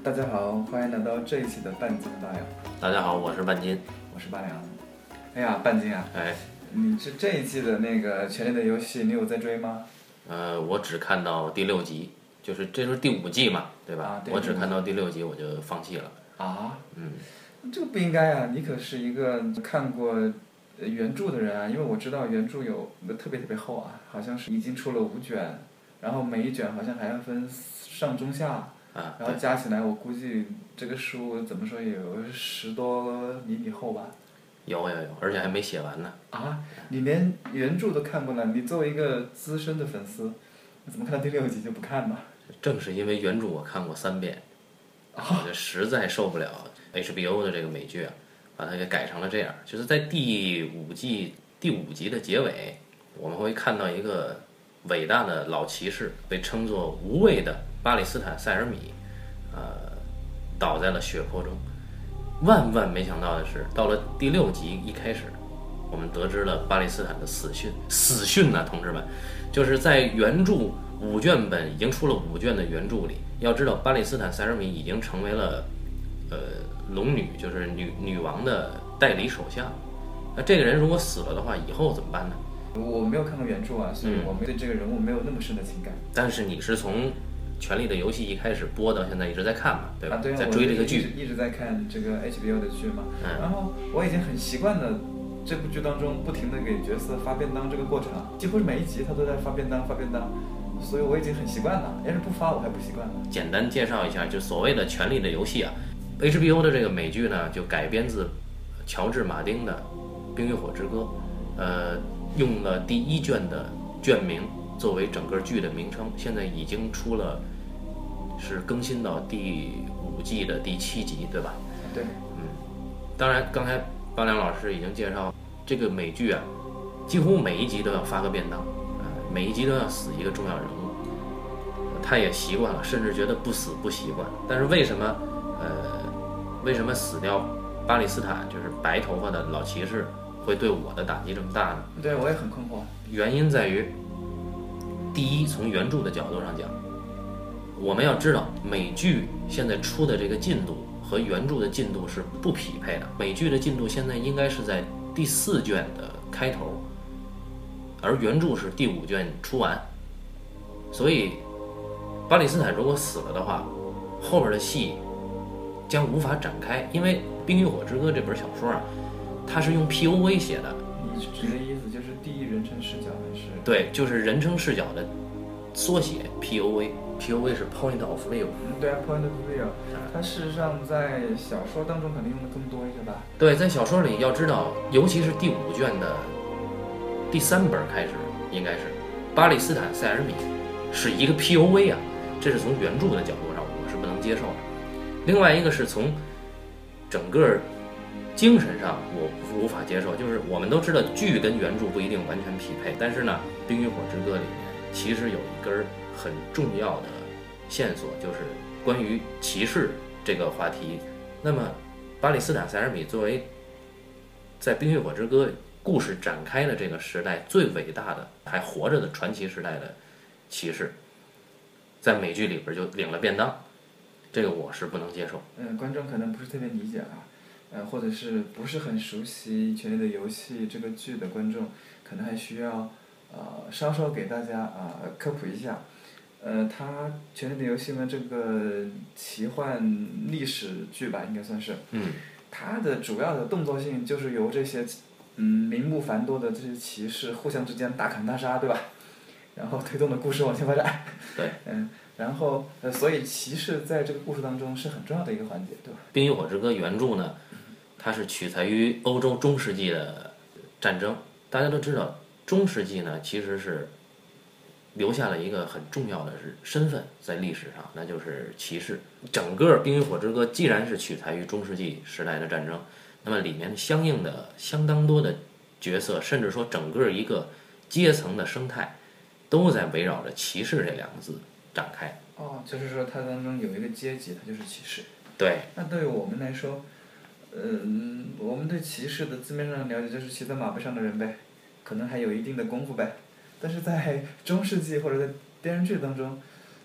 大家好，欢迎来到这一期的半斤八两。 大家好，我是半斤， 我是八两。哎呀，半斤啊，你这一季的那个《权力的游戏》，你有在追吗？ 我只看到第6集，就是这是第5季嘛，对吧？ 啊，对， 我只看到第6集我就放弃了。 啊，这个不应该啊！你可是一个看过原著的人啊，因为我知道原著有特别厚啊，好像是已经出了5卷，然后每一卷好像还要分上中下，然后加起来我估计这个书怎么说也有10多厘米厚吧。 有，而且还没写完呢。 啊，你连原著都看过了，你作为一个资深的粉丝，你怎么看到第6集就不看呢？ 正是因为原著我看过3遍，我就实在受不了 HBO 的这个美剧啊，把它给改成了这样。就是在第5季第5集的结尾，我们会看到一个伟大的老骑士，被称作无畏的巴里斯坦塞尔米，倒在了血泊中。万没想到的是，到了第6集一开始，我们得知了巴里斯坦的死讯。死讯呢，同志们，就是在原著5卷本已经出了5卷的原著里，要知道巴里斯坦塞尔米已经成为了龙女，就是女王的代理首相。那这个人如果死了的话，以后怎么办呢？ 我没有看过原著啊，所以我对这个人物没有那么深的情感。 但是你是从《权力的游戏》一开始播到现在一直在看嘛，对吧？ 对啊， 在追这个剧， 一直在看这个 HBO 的剧嘛。然后我已经很习惯了这部剧当中不停的给角色发便当这个过程，几乎是每一集他都在发便当，所以我已经很习惯了。要是不发我还不习惯。 简单介绍一下，就所谓的《权力的游戏》啊 ，HBO 的这个美剧呢，就改编自乔治·马丁的《冰与火之歌》，用了第1卷的卷名作为整个剧的名称，现在已经出了，是更新到第5季的第7集，对吧？ 对， 当然，刚才巴良老师已经介绍这个美剧啊，几乎每一集都要发个便当，每一集都要死一个重要人物，他也习惯了，甚至觉得不死不习惯。但是为什么死掉巴里斯坦就是白头发的老骑士会对我的打击这么大呢？ 对，我也很困惑。 原因在于，第一，从原著的角度上讲，我们要知道美剧现在出的这个进度和原著的进度是不匹配的。美剧的进度现在应该是在第4卷的开头，而原著是第5卷出完，所以巴里斯坦如果死了的话，后面的戏将无法展开。因为《冰与火之歌》这本小说啊，它是用 POV 写的。 你指的意思就是第一人称视角还是？ 对，就是人称视角的缩写 POV。POV 是 Point of View。 对啊 ，Point of View。它事实上在小说当中肯定用的更多一些吧？ 对，在小说里要知道，尤其是第5卷的第3本开始，应该是巴里斯坦塞尔米是一个 POV 啊，这是从原著的角度上我是不能接受的。另外一个是从整个精神上我无法接受，就是我们都知道剧跟原著不一定完全匹配，但是呢，《冰与火之歌》里面其实有一根很重要的线索，就是关于骑士这个话题。那么巴里斯坦塞尔米作为在《冰与火之歌》故事展开的这个时代最伟大的还活着的传奇时代的骑士，在美剧里边就领了便当，这个我是不能接受。 观众可能不是特别理解啊，或者是不是很熟悉《权力的游戏》这个剧的观众，可能还需要稍稍给大家科普一下。它《权力的游戏》呢，这个奇幻历史剧吧，应该算是。它的主要的动作性就是由这些名目繁多的这些骑士互相之间大砍大杀，对吧？然后推动的故事往前发展。 对。 然后所以骑士在这个故事当中是很重要的一个环节，对吧？ 《冰与火之歌》原著呢，它是取材于欧洲中世纪的战争。大家都知道，中世纪呢其实是留下了一个很重要的身份在历史上，那就是骑士。整个《冰与火之歌》既然是取材于中世纪时代的战争，那么里面相应的相当多的角色，甚至说整个一个阶层的生态，都在围绕着骑士这2个字展开。 就是说它当中有一个阶级，它就是骑士。 对。 那对于我们来说，我们对骑士的字面上了解就是骑在马背上的人呗，可能还有一定的功夫呗。但是在中世纪或者在电视剧当中，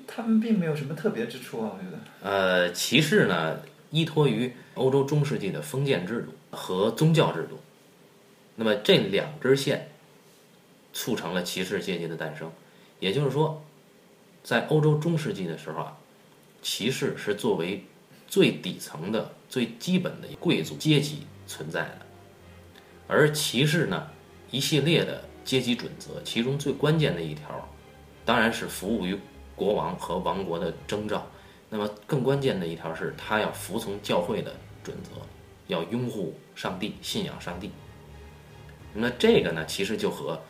他们并没有什么特别之处啊，我觉得。骑士呢，依托于欧洲中世纪的封建制度和宗教制度，那么这两根线促成了骑士阶级的诞生。也就是说，在欧洲中世纪的时候啊，骑士是作为最底层的、最基本的贵族阶级存在的。而骑士呢，一系列的阶级准则，其中最关键的一条，当然是服务于国王和王国的征召。那么更关键的一条是，他要服从教会的准则，要拥护上帝，信仰上帝。那这个呢，其实就和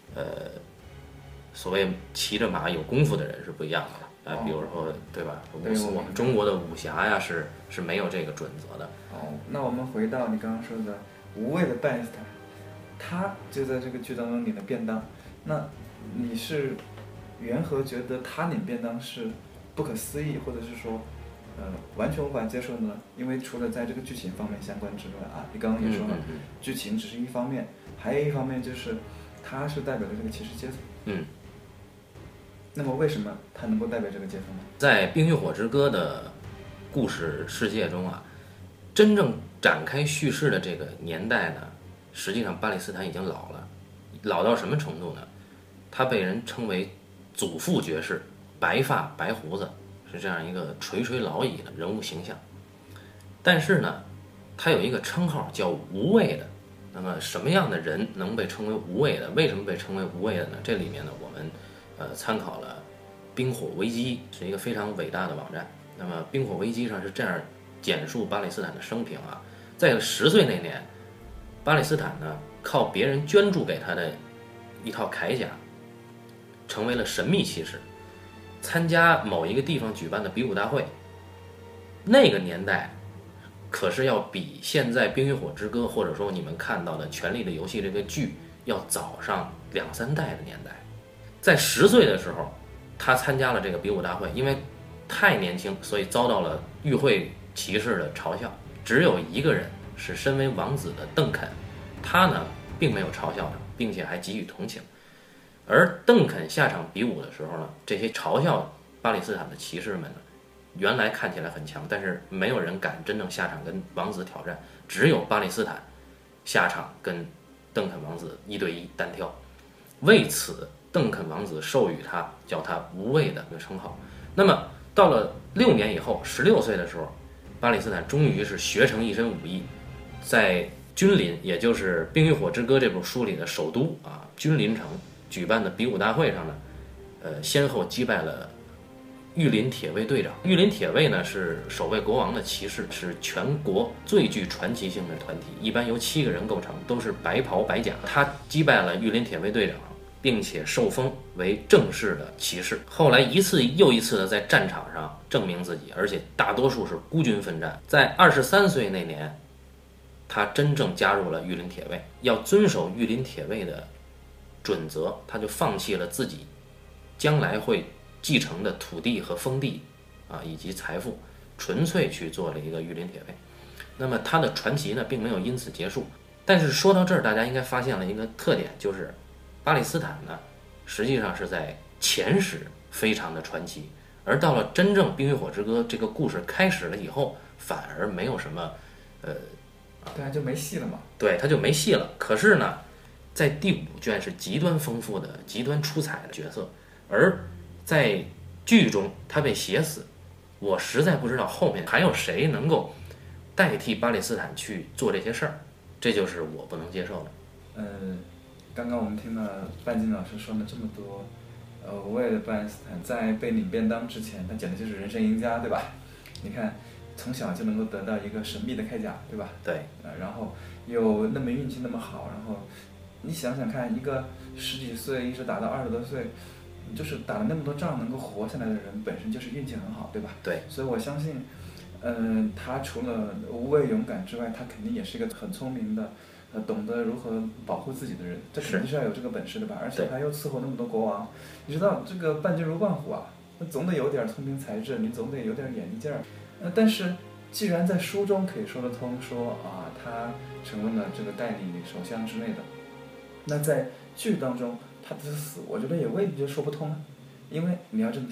所谓骑着马有功夫的人是不一样的啊。比如说，对吧？我们中国的武侠呀，是没有这个准则的。 那我们回到你刚刚说的无畏的拜斯坦，他就在这个剧当中领了便当。那你是缘何觉得他领便当是不可思议，或者是说完全无法接受呢？因为除了在这个剧情方面相关之外啊，你刚刚也说了，剧情只是一方面，还有一方面就是他是代表了这个骑士阶层。那么为什么他能够代表这个阶层呢？ 在《冰与火之歌》的故事世界中啊，真正展开叙事的这个年代呢，实际上巴勒斯坦已经老了，老到什么程度呢？他被人称为祖父爵士，白发白胡子，是这样一个垂垂老矣的人物形象。但是呢，他有一个称号叫无畏的。那么什么样的人能被称为无畏的？为什么被称为无畏的呢？这里面呢，我们参考了冰火危机，是一个非常伟大的网站。那么冰火危机上是这样简述巴勒斯坦的生平啊，在10岁那年，巴勒斯坦呢靠别人捐助给他的一套铠甲，成为了神秘骑士，参加某一个地方举办的比武大会。那个年代可是要比现在《冰与火之歌》或者说你们看到的《权力的游戏》这个剧要早上2-3代的年代。在10岁的时候，他参加了这个比武大会，因为太年轻，所以遭到了与会骑士的嘲笑。只有一个人是身为王子的邓肯，他呢并没有嘲笑他，并且还给予同情。而邓肯下场比武的时候呢，这些嘲笑巴勒斯坦的骑士们呢，原来看起来很强，但是没有人敢真正下场跟王子挑战，只有巴勒斯坦下场跟邓肯王子1对1单挑。为此，邓肯王子授予他叫他无畏的这个称号。那么到了6年以后，16岁的时候，巴勒斯坦终于是学成一身武艺，在君临，也就是《冰与火之歌》这部书里的首都啊，君临城举办的比武大会上呢，先后击败了御林铁卫队长。御林铁卫呢是守卫国王的骑士，是全国最具传奇性的团体，一般由7个人构成，都是白袍白甲。他击败了御林铁卫队长，并且受封为正式的骑士。后来一次又一次的在战场上证明自己，而且大多数是孤军奋战。在23岁那年，他真正加入了御林铁卫，要遵守御林铁卫的准则，他就放弃了自己将来会继承的土地和封地啊，以及财富，纯粹去做了一个御林铁卫。那么他的传奇呢，并没有因此结束。但是说到这儿，大家应该发现了一个特点，就是巴勒斯坦呢，实际上是在前史非常的传奇，而到了真正《冰与火之歌》这个故事开始了以后，反而没有什么， 对啊，就没戏了嘛。 对，他就没戏了。可是呢，在第5卷是极端丰富的、极端出彩的角色，而在剧中他被写死，我实在不知道后面还有谁能够代替巴勒斯坦去做这些事儿，这就是我不能接受的。 刚刚我们听了半斤老师说了这么多，无畏的巴勒斯坦在被领便当之前，他简直就是人生赢家，对吧？你看，从小就能够得到一个神秘的铠甲，对吧？ 对。 然后又那么运气那么好，然后你想想看，一个10几岁一直打到20多岁，就是打了那么多仗能够活下来的人，本身就是运气很好，对吧？ 对。 所以我相信，他除了无畏勇敢之外，他肯定也是一个很聪明的。懂得如何保护自己的人，这肯定是要有这个本事的吧？而且他又伺候那么多国王，你知道这个伴君如伴虎啊，那总得有点聪明才智，你总得有点眼力劲儿。但是既然在书中可以说得通，说啊他成为了这个代理首相之类的，那在剧当中他的死，我觉得也未必就说不通啊。因为你要这么想，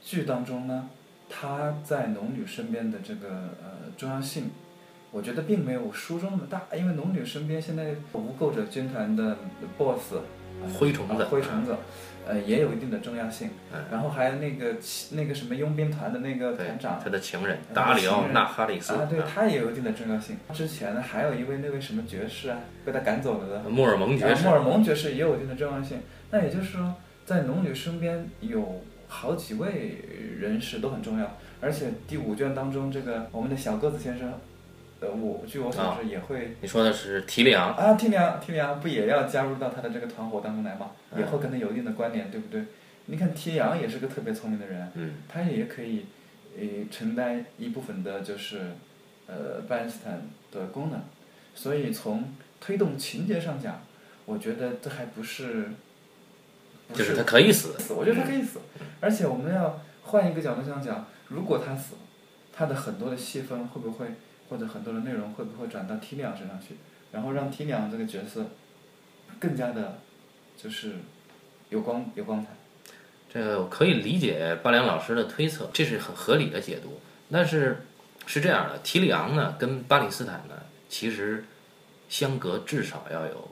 剧当中呢，他在龙女身边的这个重要性，我觉得并没有书中那么大，因为龙女身边现在无垢者军团的 BOSS 灰虫子， 也有一定的重要性。然后还有那个什么佣兵团的那个团长， 他的情人达里奥纳哈里斯啊，对，他也有一定的重要性。之前呢，还有一位那位什么爵士啊，被他赶走了的莫尔蒙爵士， 莫尔蒙爵士也有一定的重要性。那也就是说，在龙女身边有好几位人士都很重要，而且第5卷当中，这个我们的小个子先生，据我所知也会。 你说的是提里昂啊，提里昂不也要加入到他的这个团伙当中来吗？也会跟他有一定的关联，对不对？你看提里昂也是个特别聪明的人，他也可以承担一部分的就是巴恩斯坦的功能，所以从推动情节上讲，我觉得这还不是就是他可以死， 我觉得他可以死，而且我们要换一个角度上讲，如果他死了，他的很多的戏份会不会或者很多的内容会不会转到提里昂身上去，然后让提里昂这个角色更加的就是有光彩。 这个我可以理解巴良老师的推测，这是很合理的解读。但是是这样的，提里昂呢跟巴里斯坦呢其实相隔至少要有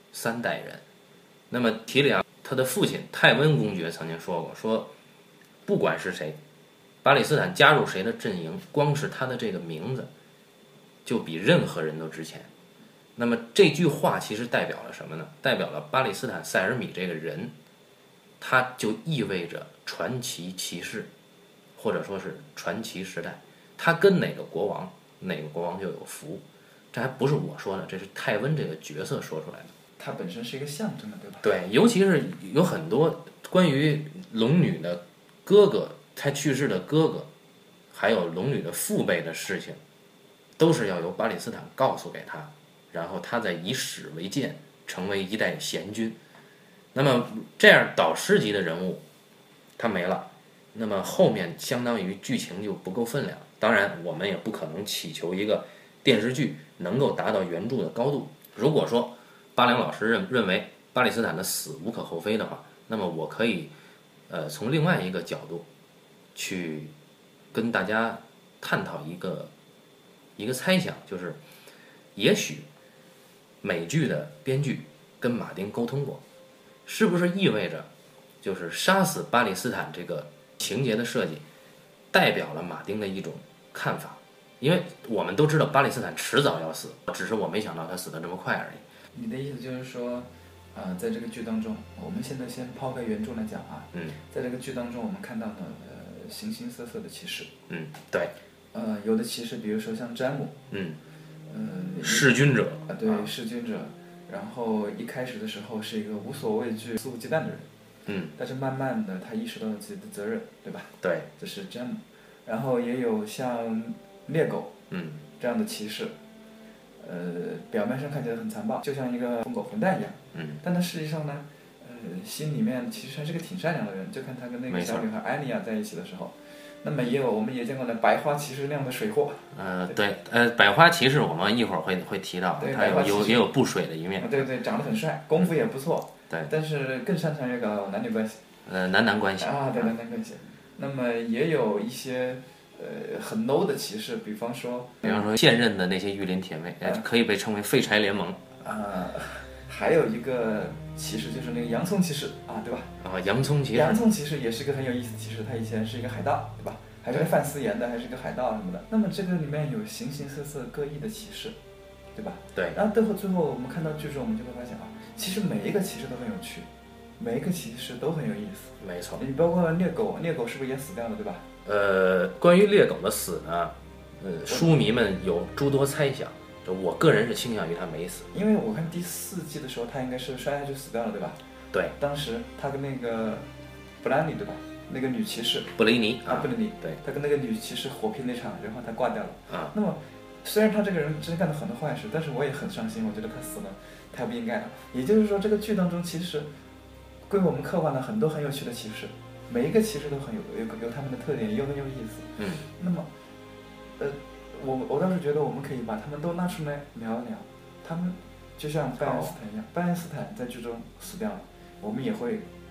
3代人。那么提里昂他的父亲泰温公爵曾经说过，说不管是谁，巴里斯坦加入谁的阵营，光是他的这个名字就比任何人都值钱。那么这句话其实代表了什么呢？代表了巴里斯坦塞尔米这个人，他就意味着传奇骑士，或者说是传奇时代。他跟哪个国王就有福。这还不是我说的，这是泰温这个角色说出来的。 它本身是一个象征的，对吧？ 对，尤其是有很多关于龙女的哥哥，他去世的哥哥，还有龙女的父辈的事情，都是要由巴里斯坦告诉给他，然后他再以史为鉴，成为一代贤君。那么这样导师级的人物他没了，那么后面相当于剧情就不够分量。当然我们也不可能祈求一个电视剧能够达到原著的高度。如果说巴良老师认为巴里斯坦的死无可厚非的话，那么我可以从另外一个角度去跟大家探讨一个猜想，就是也许美剧的编剧跟马丁沟通过，是不是意味着就是杀死巴里斯坦这个情节的设计代表了马丁的一种看法？因为我们都知道巴里斯坦迟早要死，只是我没想到他死得这么快而已。 你的意思就是说，在这个剧当中，我们现在先抛开原著来讲啊，在这个剧当中，我们看到了形形色色的骑士， 对， 有的骑士，比如说像詹姆， 弑君者， 对，弑君者，然后一开始的时候是一个无所畏惧、肆无忌惮的人，但是慢慢的他意识到了自己的责任，对吧？ 对， 这是詹姆，然后也有像猎狗，这样的骑士。表面上看起来很残暴，就像一个疯狗混蛋一样，但他实际上呢，心里面其实还是个挺善良的人。就看他跟那个小女孩安妮亚在一起的时候，那么我们也见过了白花骑士那样的水货。 对，百花骑士我们一会儿会提到，他也有不水的一面。 对，长得很帅，功夫也不错。 对， 但是更擅长于搞男女关系。 男关系啊，对，男关系。那么也有一些。很 low 的骑士，比方说现任的那些御林铁卫，可以被称为废柴联盟。 还有一个骑士就是那个洋葱骑士啊，对吧？ 洋葱骑士。 洋葱骑士也是个很有意思的骑士，他以前是一个海盗，对吧？还是个贩私盐的，还是个海盗什么的。那么这个里面有形形色色各异的骑士，对吧？ 对。 然后最后我们看到剧中，我们就会发现其实每一个骑士都很有趣，每一个骑士都很有意思。 没错。 你包括猎狗是不是也死掉了，对吧？ 关于猎狗的死呢，书迷们有诸多猜想，我个人是倾向于他没死， 因为我看第4季的时候，他应该是摔下去死掉了，对吧？ 对， 当时他跟那个布兰妮，对吧？那个女骑士布雷尼布雷尼， 对， 他跟那个女骑士火拼那场，然后他挂掉了那么虽然他这个人真干了很多坏事，但是我也很伤心，我觉得他死了太不应该了。也就是说，这个剧当中其实归我们刻画了很多很有趣的骑士。每一个骑士都很有他们的特点，又很有意思。那么，我倒是觉得我们可以把他们都拿出来聊一聊。他们就像拜恩斯坦一样，拜恩斯坦在剧中死掉了，我们也会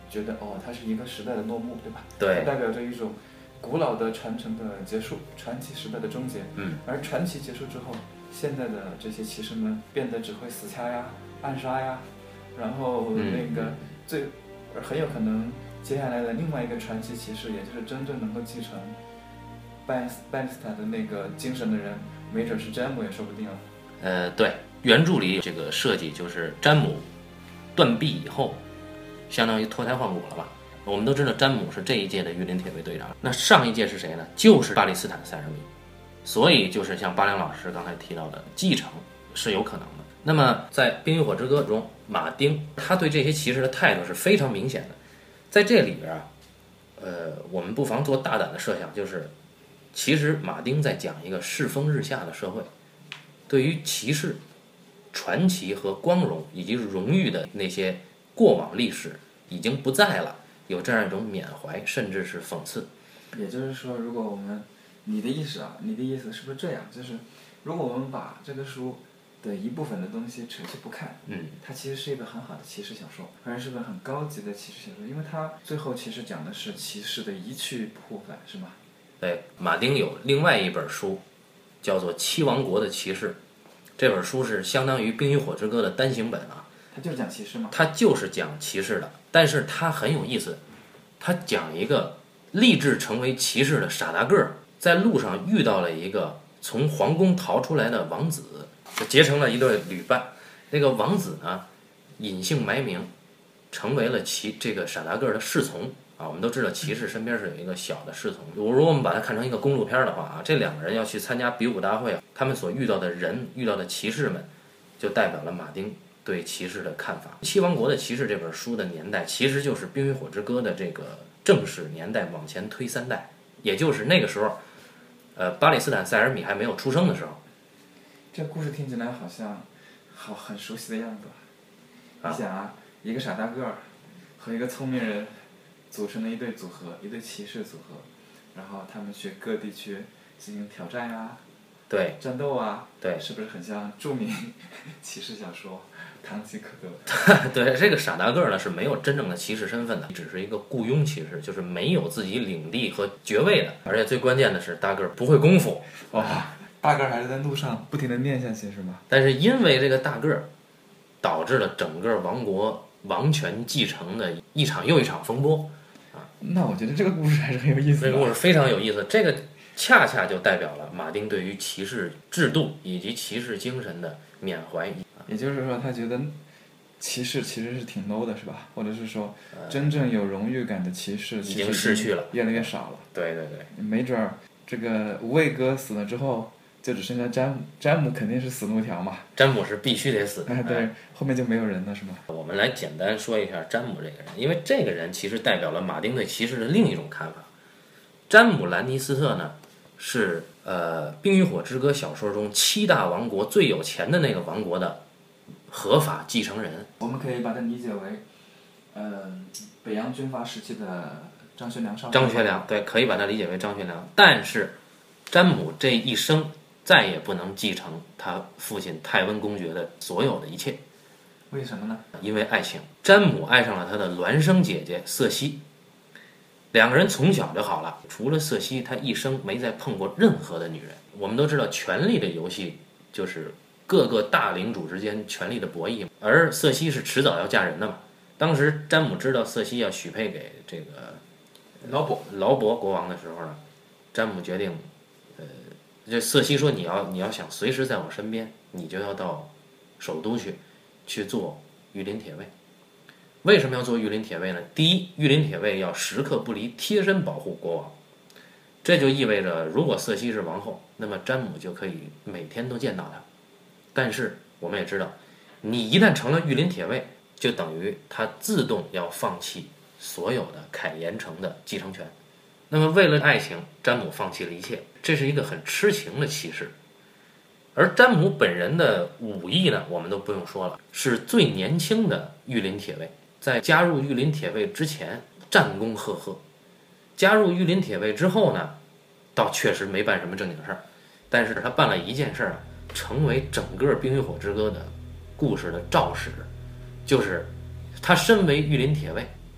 觉得它是一个时代的落幕，对吧？ 对， 它代表着一种古老的传承的结束，传奇时代的终结。而传奇结束之后，现在的这些骑士们变得只会死掐呀、暗杀呀，然后那个很有可能接下来的另外一个传奇骑士，也就是真正能够继承拜利斯塔的那个精神的人，没准是詹姆也说不定了。 对，原著里这个设计就是詹姆断臂以后，相当于脱胎换骨了吧？我们都知道詹姆是这一届的御林铁卫队长，那上一届是谁呢？就是巴利斯坦塞尔米，所以就是像巴良老师刚才提到的，继承是有可能的。那么在《冰与火之歌》中，马丁他对这些骑士的态度是非常明显的，在这里边啊，我们不妨做大胆的设想，就是其实马丁在讲一个世风日下的社会，对于骑士、传奇和光荣以及荣誉的那些过往历史已经不在了，有这样一种缅怀，甚至是讽刺。 也就是说，如果你的意思是不是这样？就是如果我们把这个书的一部分的东西扯去不看，它其实是一本很好的骑士小说，而且是本很高级的骑士小说，因为它最后其实讲的是骑士的一去不复返，是吗？ 对，马丁有另外一本书，叫做《七王国的骑士》，这本书是相当于《冰与火之歌》的单行本啊。 它就是讲骑士吗？ 它就是讲骑士的，但是它很有意思，它讲一个立志成为骑士的傻大个儿，在路上遇到了一个从皇宫逃出来的王子，就结成了一对旅伴。那个王子呢，隐姓埋名，成为了这个傻大个儿的侍从啊。我们都知道骑士身边是有一个小的侍从。如果我们把它看成一个公路片的话啊，这两个人要去参加比武大会，他们所遇到的人、遇到的骑士们，就代表了马丁对骑士的看法。《七王国的骑士》这本书的年代，其实就是《冰与火之歌》的这个正史年代往前推3代，也就是那个时候，巴里斯坦塞尔米还没有出生的时候。 这故事听起来好像很熟悉的样子。你想啊，一个傻大个儿和一个聪明人组成了一对组合，一对骑士组合，然后他们去各地去进行挑战啊， 对， 战斗啊， 对， 是不是很像著名骑士小说《堂吉诃德》？ 对，这个傻大个儿呢是没有真正的骑士身份的，只是一个雇佣骑士，就是没有自己领地和爵位的。而且最关键的是，大个儿不会功夫。 大个儿还是在路上不停地念下去，是吗？ 但是因为这个大个儿，导致了整个王国王权继承的一场又一场风波啊。 那我觉得这个故事还是很有意思的。 这个故事非常有意思，这个恰恰就代表了马丁对于骑士制度以及骑士精神的缅怀。 也就是说，他觉得骑士其实是挺 low 的，是吧？或者是说，真正有荣誉感的骑士已经失去了， 越来越少了。 对对对， 没准儿这个无畏哥死了之后，就只剩下詹姆肯定是死路一条嘛。 詹姆是必须得死的。 对，后面就没有人了，是吗？ 我们来简单说一下詹姆这个人，因为这个人其实代表了马丁对骑士的另一种看法。詹姆·兰尼斯特呢，是《冰与火之歌》小说中7大王国最有钱的那个王国的合法继承人。 我们可以把它理解为，北洋军阀时期的张学良少年。 张学良，对，可以把它理解为张学良。但是，詹姆这一生再也不能继承他父亲泰温公爵的所有的一切。 为什么呢？ 因为爱情，詹姆爱上了他的孪生姐姐瑟西，两个人从小就好了。除了瑟西，他一生没再碰过任何的女人。我们都知道，权力的游戏就是各个大领主之间权力的博弈，而瑟西是迟早要嫁人的嘛。当时詹姆知道瑟西要许配给这个劳勃国王的时候呢，詹姆决定，这瑟西说你要想随时在我身边，你就要到首都去做御林铁卫。为什么要做御林铁卫呢？第一，御林铁卫要时刻不离，贴身保护国王。这就意味着，如果瑟西是王后，那么詹姆就可以每天都见到她。但是我们也知道，你一旦成了御林铁卫，就等于他自动要放弃所有的凯岩城的继承权。那么为了爱情，詹姆放弃了一切，这是一个很痴情的骑士。而詹姆本人的武艺呢，我们都不用说了，是最年轻的御林铁卫。在加入御林铁卫之前，战功赫赫；加入御林铁卫之后呢，倒确实没办什么正经事儿。但是他办了一件事儿，成为整个《冰与火之歌》的故事的肇始，就是他身为御林铁卫，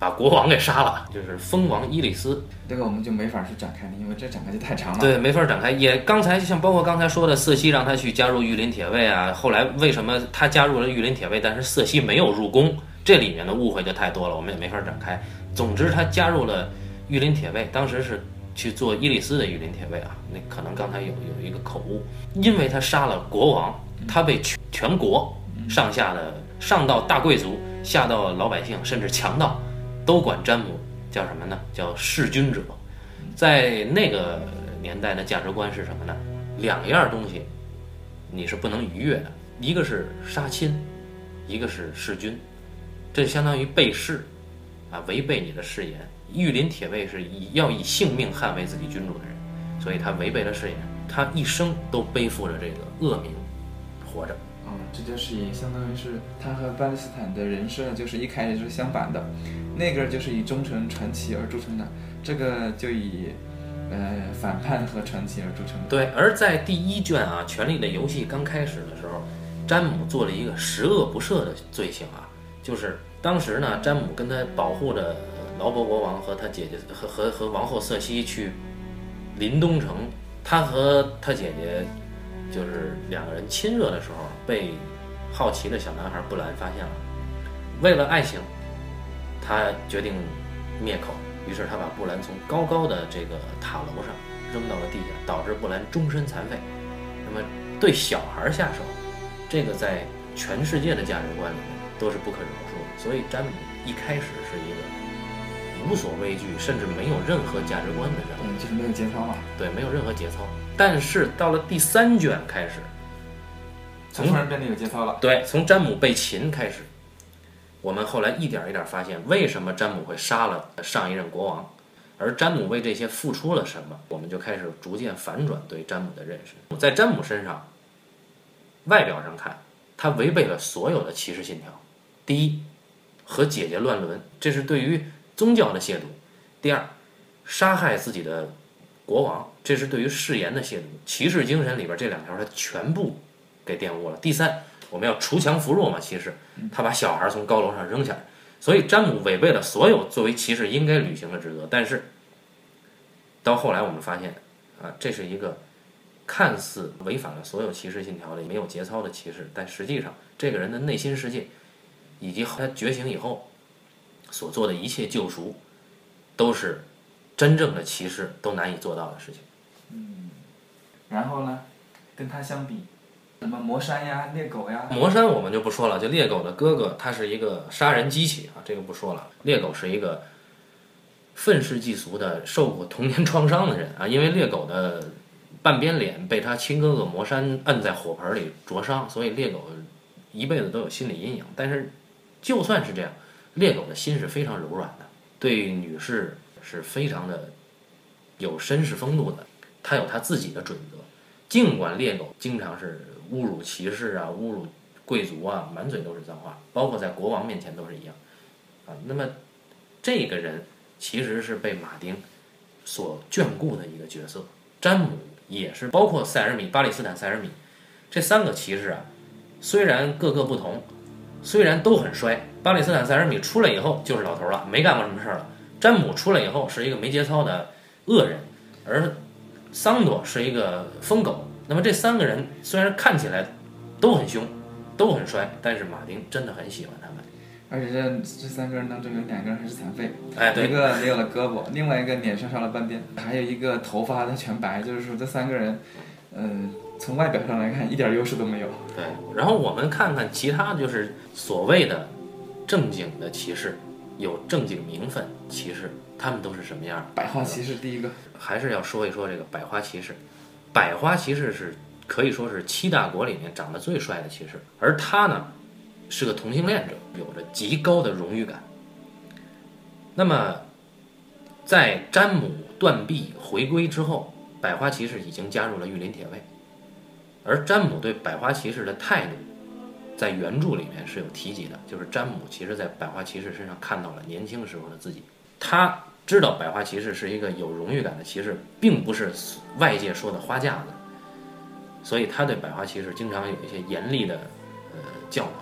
把国王给杀了，就是蜂王伊里斯。 这个我们就没法去展开了，因为这展开就太长了。 对，没法展开。也刚才像包括刚才说的，瑟西让他去加入御林铁卫啊，后来为什么他加入了御林铁卫，但是瑟西没有入宫，这里面的误会就太多了，我们也没法展开。总之，他加入了御林铁卫，当时是去做伊里斯的御林铁卫啊，那可能刚才有一个口误，因为他杀了国王，他被全国上下的上到大贵族，下到老百姓，甚至强盗，都管詹姆叫什么呢？叫弑君者。在那个年代的价值观是什么呢？两样东西你是不能逾越的，一个是杀亲，一个是弑君，这相当于背誓啊，违背你的誓言。御林铁卫是要以性命捍卫自己君主的人，所以他违背了誓言，他一生都背负着这个恶名活着。 这就是也相当于是他和巴勒斯坦的人设就是一开始是相反的，那个就是以忠诚传奇而著称的，这个就以反叛和传奇而著称的。 对，而在第一卷啊，《权力的游戏》刚开始的时候，詹姆做了一个十恶不赦的罪行啊，就是当时呢，詹姆跟他保护着劳勃国王和他姐姐和王后瑟西去临东城，他和他姐姐就是两个人亲热的时候，被好奇的小男孩布兰发现了。为了爱情，他决定灭口，于是他把布兰从高高的这个塔楼上扔到了地下，导致布兰终身残废。那么对小孩下手，这个在全世界的价值观里面都是不可饶恕的。所以詹姆一开始是一个无所畏惧，甚至没有任何价值观的人物， 就是没有节操嘛。 对，没有任何节操。但是到了第3卷开始， 突然变得有节操了。 对，从詹姆被擒开始，我们后来一点一点发现，为什么詹姆会杀了上一任国王，而詹姆为这些付出了什么，我们就开始逐渐反转对詹姆的认识。在詹姆身上，外表上看，他违背了所有的骑士信条。第一，和姐姐乱伦，这是对于宗教的亵渎；第二，杀害自己的国王，这是对于誓言的亵渎。骑士精神里边这2条他全部给玷污了。第三，我们要锄强扶弱嘛，骑士，他把小孩从高楼上扔下来，所以詹姆违背了所有作为骑士应该履行的职责。但是到后来我们发现啊，这是一个看似违反了所有骑士信条的没有节操的骑士，但实际上这个人的内心世界以及他觉醒以后所做的一切救赎，都是真正的骑士都难以做到的事情。 然后呢，跟他相比，什么魔山呀、猎狗呀， 魔山我们就不说了，就猎狗的哥哥，他是一个杀人机器啊，这个不说了。猎狗是一个愤世嫉俗的、受过童年创伤的人啊，因为猎狗的半边脸被他亲哥哥魔山摁在火盆里灼伤，所以猎狗一辈子都有心理阴影。但是就算是这样，猎狗的心是非常柔软的，对女士是非常的有绅士风度的，他有他自己的准则。尽管猎狗经常是侮辱骑士啊、侮辱贵族啊，满嘴都是脏话，包括在国王面前都是一样啊。那么这个人其实是被马丁所眷顾的一个角色。詹姆也是，包括塞尔米、巴里斯坦、塞尔米这3个骑士啊，虽然各个不同，虽然都很衰，巴里斯坦、塞尔米出来以后就是老头了，没干过什么事儿了。詹姆出来以后是一个没节操的恶人，而桑多是一个疯狗。那么这3个人虽然看起来都很凶，都很衰，但是马丁真的很喜欢他们。 而且这3个人当中有2个人还是残废， 对， 一个没有了胳膊，另外一个脸上少了半边，还有一个头发的全白，就是说这3个人，从外表上来看一点优势都没有。 对，然后我们看看其他就是所谓的正经的骑士，有正经名分骑士，他们都是什么样？ 百花骑士第一个， 还是要说一说这个百花骑士。百花骑士是可以说是7大国里面长得最帅的骑士，而他呢是个同性恋者，有着极高的荣誉感。那么在詹姆断臂回归之后，百花骑士已经加入了御林铁卫，而詹姆对百花骑士的态度在原著里面是有提及的，就是詹姆其实在百花骑士身上看到了年轻时候的自己。他知道百花骑士是一个有荣誉感的骑士，并不是外界说的花架子，所以他对百花骑士经常有一些严厉的教导。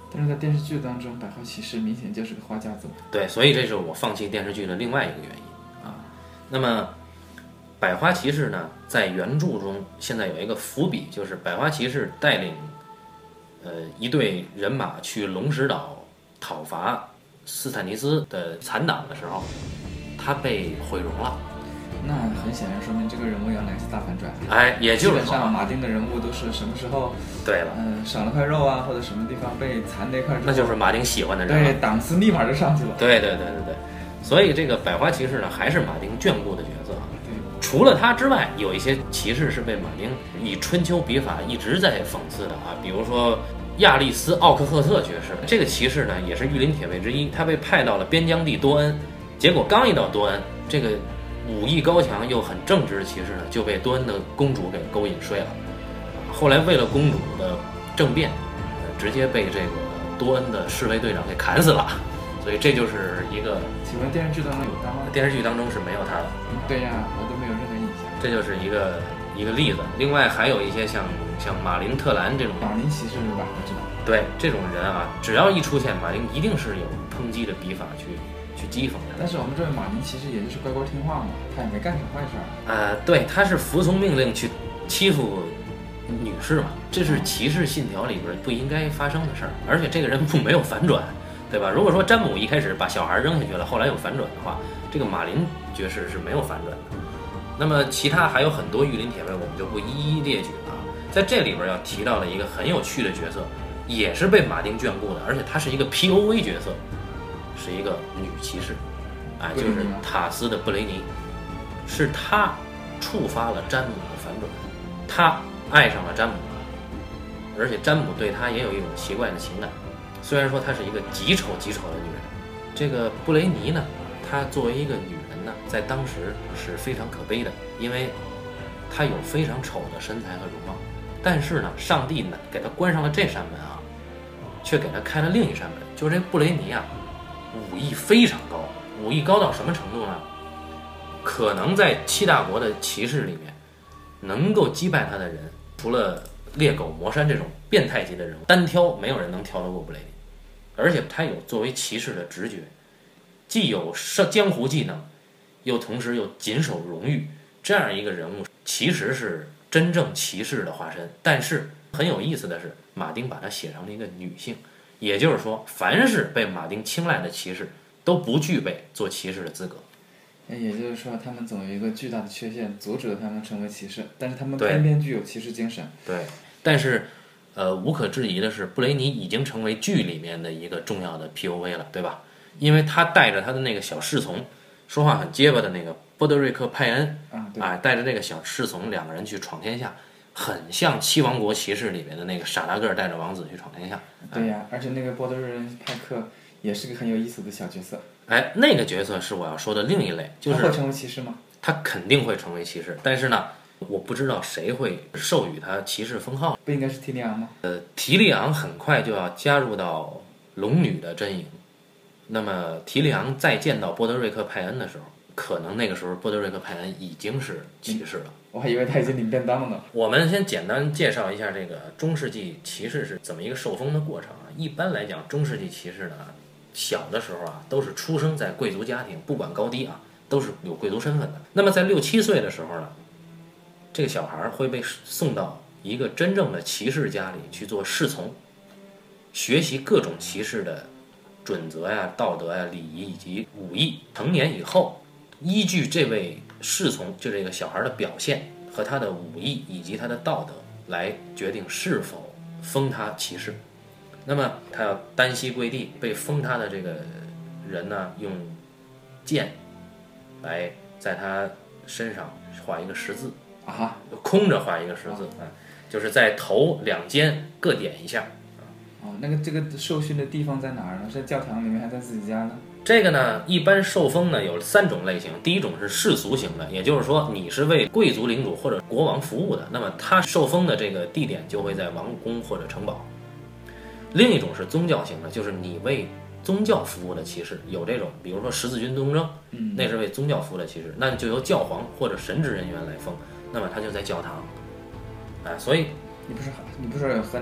但是在电视剧当中，百花骑士明显就是个花家族。 对，所以这是我放弃电视剧的另外一个原因啊。那么百花骑士呢，在原著中现在有一个伏笔，就是百花骑士带领一队人马去龙石岛讨伐斯坦尼斯的残党的时候，他被毁容了。 那很显然说明这个人物要来自大反转。 哎，也就是说， 基本上马丁的人物都是什么时候对了， 少了块肉啊，或者什么地方被残了一块肉， 那就是马丁喜欢的人了。 对，档次立马就上去了。 对。所以这个百花骑士呢，还是马丁眷顾的角色。除了他之外，有一些骑士是被马丁以春秋笔法一直在讽刺的啊，比如说亚历斯·奥克赫特爵士，这个骑士呢也是御林铁卫之一，他被派到了边疆地多恩，结果刚一到多恩，这个武艺高强又很正直的骑士呢就被多恩的公主给勾引睡了，后来为了公主的政变，直接被这个多恩的侍卫队长给砍死了。所以这就是一个， 请问电视剧当中有他吗？ 电视剧当中是没有他的。 对呀，我都没有任何印象。 这就是一个例子。另外还有一些像马林特兰这种， 马林骑士对吧？我知道。 对，这种人啊，只要一出现，马丁一定是有抨击的笔法去讥讽他。 但是我们这位马林骑士也就是乖乖听话嘛，他也没干什么坏事儿。对，他是服从命令去欺负女士嘛，这是骑士信条里边不应该发生的事儿。而且这个人物没有反转。对吧？如果说詹姆一开始把小孩扔下去了，后来有反转的话，这个马林爵士是没有反转的。那么其他还有很多御林铁卫，我们就不一一列举了。在这里边要提到了一个很有趣的角色，也是被马丁眷顾的，而且他是一个 POV 角色，是一个女骑士，就是塔斯的布雷尼，是他触发了詹姆的反转，他爱上了詹姆，而且詹姆对他也有一种奇怪的情感。虽然说她是一个极丑的女人，这个布雷尼呢，她作为一个女人呢，在当时是非常可悲的，因为她有非常丑的身材和容貌，但是呢，上帝呢给她关上了这扇门啊，却给她开了另一扇门，就是这布雷尼啊，武艺非常高，武艺高到什么程度呢？可能在七大国的骑士里面，能够击败他的人，除了猎狗魔山这种变态级的人物，单挑没有人能挑得过布雷尼。而且他有作为骑士的直觉，既有江湖技能，又同时又谨守荣誉，这样一个人物其实是真正骑士的化身。但是很有意思的是，马丁把他写成了一个女性，也就是说，凡是被马丁青睐的骑士都不具备做骑士的资格。 也就是说，他们总有一个巨大的缺陷，阻止了他们成为骑士，但是他们偏偏具有骑士精神。 对，但是无可置疑的是，布雷尼已经成为剧里面的一个重要的 POV 了，对吧？因为他带着他的那个小侍从，说话很结巴的那个波德瑞克·派恩带着这个小侍从两个人去闯天下，很像七王国骑士里面的那个傻大个带着王子去闯天下。 对呀，而且那个波德瑞派克也是个很有意思的小角色。 那个角色是我要说的另一类，就是他会成为骑士吗？ 他肯定会成为骑士，但是呢，我不知道谁会授予他骑士封号。 不应该是提里昂吗？ 提里昂很快就要加入到龙女的阵营。那么提里昂再见到波德瑞克·派恩的时候，可能那个时候波德瑞克·派恩已经是骑士了。 我还以为他已经领便当了呢。 我们先简单介绍一下这个中世纪骑士是怎么一个受封的过程啊。一般来讲，中世纪骑士呢，小的时候啊，都是出生在贵族家庭，不管高低啊，都是有贵族身份的。那么在6、7岁的时候呢，这个小孩会被送到一个真正的骑士家里去做侍从，学习各种骑士的准则呀、道德呀、礼仪以及武艺。成年以后，依据这位侍从就这个小孩的表现和他的武艺以及他的道德来决定是否封他骑士。那么他要单膝跪地，被封他的这个人呢，用剑来在他身上画一个十字啊， 空着画一个十字，就是在头两肩各点一下。 那个这个受训的地方在哪儿呢？是在教堂里面，还在自己家呢？ 这个呢，一般受封呢有3种类型。第一种是世俗型的，也就是说你是为贵族领主或者国王服务的，那么他受封的这个地点就会在王宫或者城堡。另一种是宗教型的，就是你为宗教服务的骑士，有这种，比如说十字军东征，那是为宗教服务的骑士，那就由教皇或者神职人员来封，那么他就在教堂。所以你不是说有3种？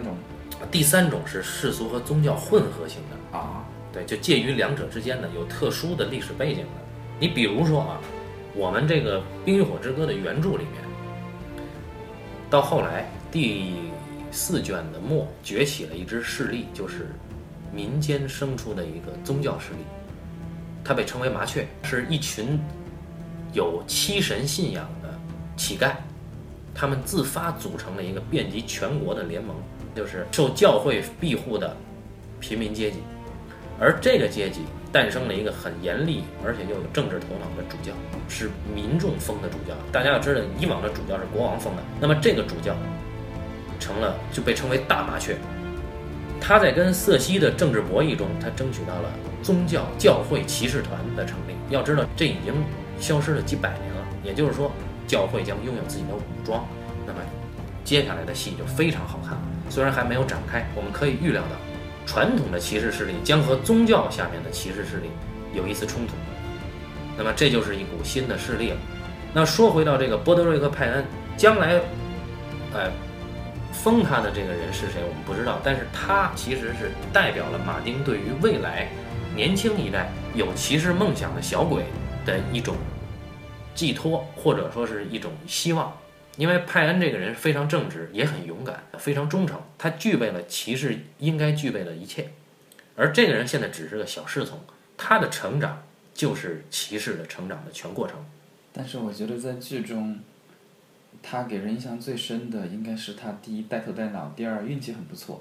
第三种是世俗和宗教混合型的啊， 对，就介于两者之间的，有特殊的历史背景的。你比如说啊，我们这个《冰与火之歌》的原著里面，到后来第4卷的末崛起了一支势力，就是民间生出的一个宗教势力，它被称为麻雀，是一群有7神信仰的乞丐，他们自发组成了一个遍及全国的联盟，就是受教会庇护的平民阶级。而这个阶级诞生了一个很严厉而且又有政治头脑的主教，是民众封的主教。大家要知道，以往的主教是国王封的，那么这个主教就被称为大麻雀。他在跟瑟西的政治博弈中，他争取到了宗教教会骑士团的成立。要知道，这已经消失了几百年了，也就是说，教会将拥有自己的武装。那么接下来的戏就非常好看了。虽然还没有展开，我们可以预料到，传统的骑士势力将和宗教下面的骑士势力有一次冲突。那么这就是一股新的势力了。那说回到这个波德瑞克·派恩，将来，封他的这个人是谁我们不知道，但是他其实是代表了马丁对于未来年轻一代有骑士梦想的小鬼的一种寄托，或者说是一种希望。因为派恩这个人非常正直，也很勇敢，非常忠诚，他具备了骑士应该具备的一切。而这个人现在只是个小侍从，他的成长就是骑士的成长的全过程。 但是我觉得在剧中，他给人印象最深的应该是他第一带头带脑，第二运气很不错。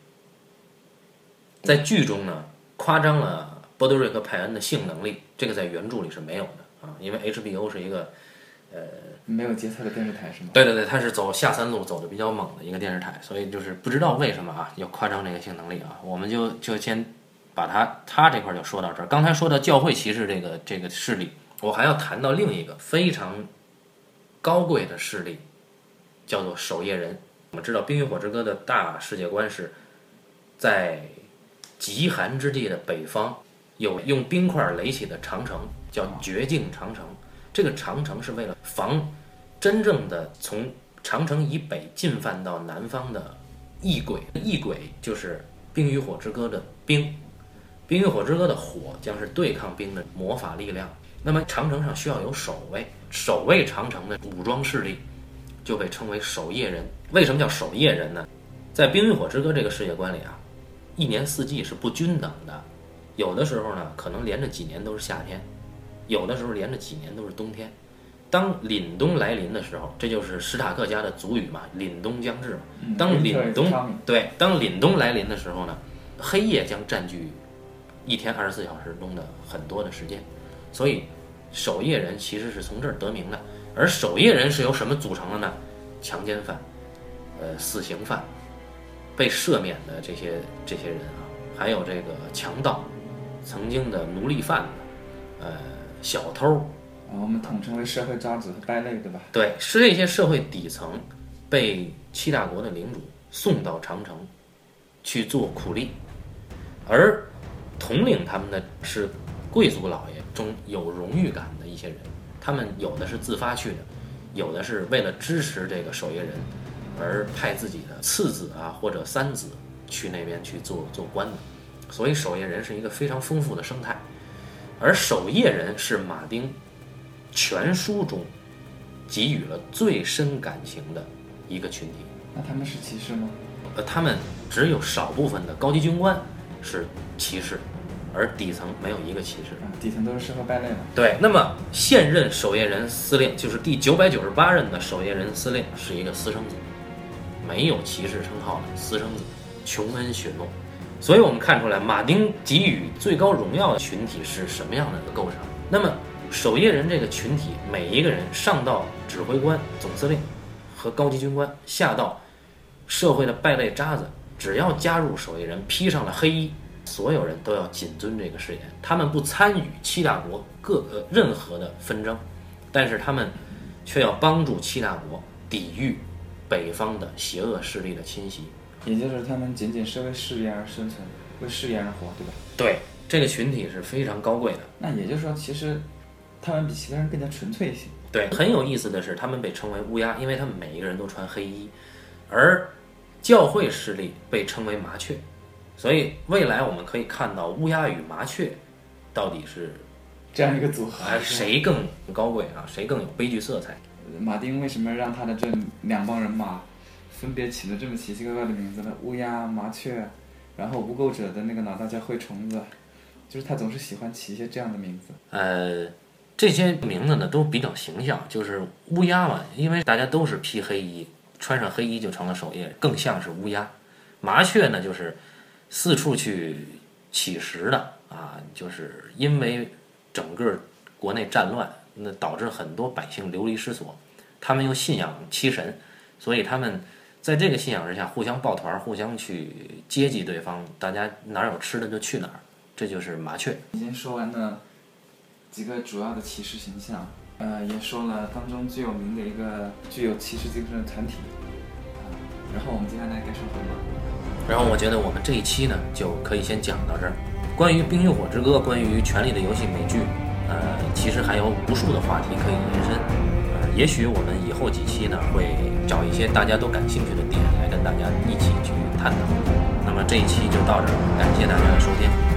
在剧中呢，夸张了波德瑞克·派恩的性能力，这个在原著里是没有的啊，因为 HBO 是一个没有节操的电视台是吗？ 对对对，它是走下三路走的比较猛的一个电视台，所以就是不知道为什么啊要夸张这个性能力啊，我们就先把他这块就说到这儿。刚才说到教会骑士这个势力，我还要谈到另一个非常高贵的势力，叫做守夜人。我们知道《冰与火之歌》的大世界观是在极寒之地的北方有用冰块垒起的长城，叫绝境长城。这个长城是为了防真正的从长城以北进犯到南方的异鬼。异鬼就是《冰与火之歌》的冰，《冰与火之歌》的火将是对抗冰的魔法力量。那么长城上需要有守卫，守卫长城的武装势力就被称为守夜人。为什么叫守夜人呢？在《冰与火之歌》这个世界观里啊，一年四季是不均等的，有的时候呢可能连着几年都是夏天，有的时候连着几年都是冬天。当凛冬来临的时候，这就是史塔克家的族语嘛，凛冬将至嘛。当凛冬来临的时候呢，黑夜将占据一天24小时中的很多的时间，所以守夜人其实是从这儿得名的。而守夜人是由什么组成的呢？强奸犯、死刑犯、被赦免的这些人啊，还有这个强盗、曾经的奴隶贩子、小偷。 我们统称为社会渣子和败类，对吧？ 对，是这些社会底层被七大国的领主送到长城去做苦力，而统领他们的是贵族老爷中有荣誉感的一些人，他们有的是自发去的，有的是为了支持这个守夜人而派自己的次子啊或者三子去那边去做官的，所以守夜人是一个非常丰富的生态。而守夜人是马丁全书中给予了最深感情的一个群体。 那他们是骑士吗？ 他们只有少部分的高级军官是骑士，而底层没有一个骑士， 底层都是社会败类嘛。 对，那么现任守夜人司令，就是第998任的守夜人司令，是一个私生子，没有骑士称号的私生子，穷恩血怒。所以我们看出来，马丁给予最高荣耀的群体是什么样的一个构成。那么守夜人这个群体，每一个人上到指挥官、总司令和高级军官，下到社会的败类渣子，只要加入守夜人，披上了黑衣，所有人都要谨遵这个誓言。他们不参与七大国任何的纷争，但是他们却要帮助七大国抵御北方的邪恶势力的侵袭。 也就是他们仅仅是为事业而生存，为事业而活，对吧？ 对，这个群体是非常高贵的。 那也就是说，其实他们比其他人更加纯粹一些。 对，很有意思的是，他们被称为乌鸦，因为他们每一个人都穿黑衣，而教会势力被称为麻雀，所以未来我们可以看到乌鸦与麻雀到底是这样一个组合， 谁更高贵啊？谁更有悲剧色彩？ 马丁为什么让他的这2帮人马分别起了这么奇奇怪怪的名字呢？乌鸦、麻雀，然后无垢者的那个脑袋叫灰虫子，就是他总是喜欢起一些这样的名字。 这些名字呢都比较形象，就是乌鸦嘛，因为大家都是披黑衣，穿上黑衣就成了守夜，更像是乌鸦。麻雀呢就是四处去乞食的啊，就是因为整个国内战乱，那导致很多百姓流离失所，他们又信仰七神，所以他们在这个信仰之下互相抱团，互相去接济对方，大家哪有吃的就去哪儿，这就是麻雀。 已经说完了几个主要的骑士形象，也说了当中最有名的一个具有骑士精神的团体，然后我们接下来该说什么？ 然后我觉得我们这一期呢就可以先讲到这儿。关于《冰与火之歌》，关于《权力的游戏》美剧，其实还有无数的话题可以延伸。也许我们以后几期呢会找一些大家都感兴趣的点来跟大家一起去探讨。那么这一期就到这儿，感谢大家的收听。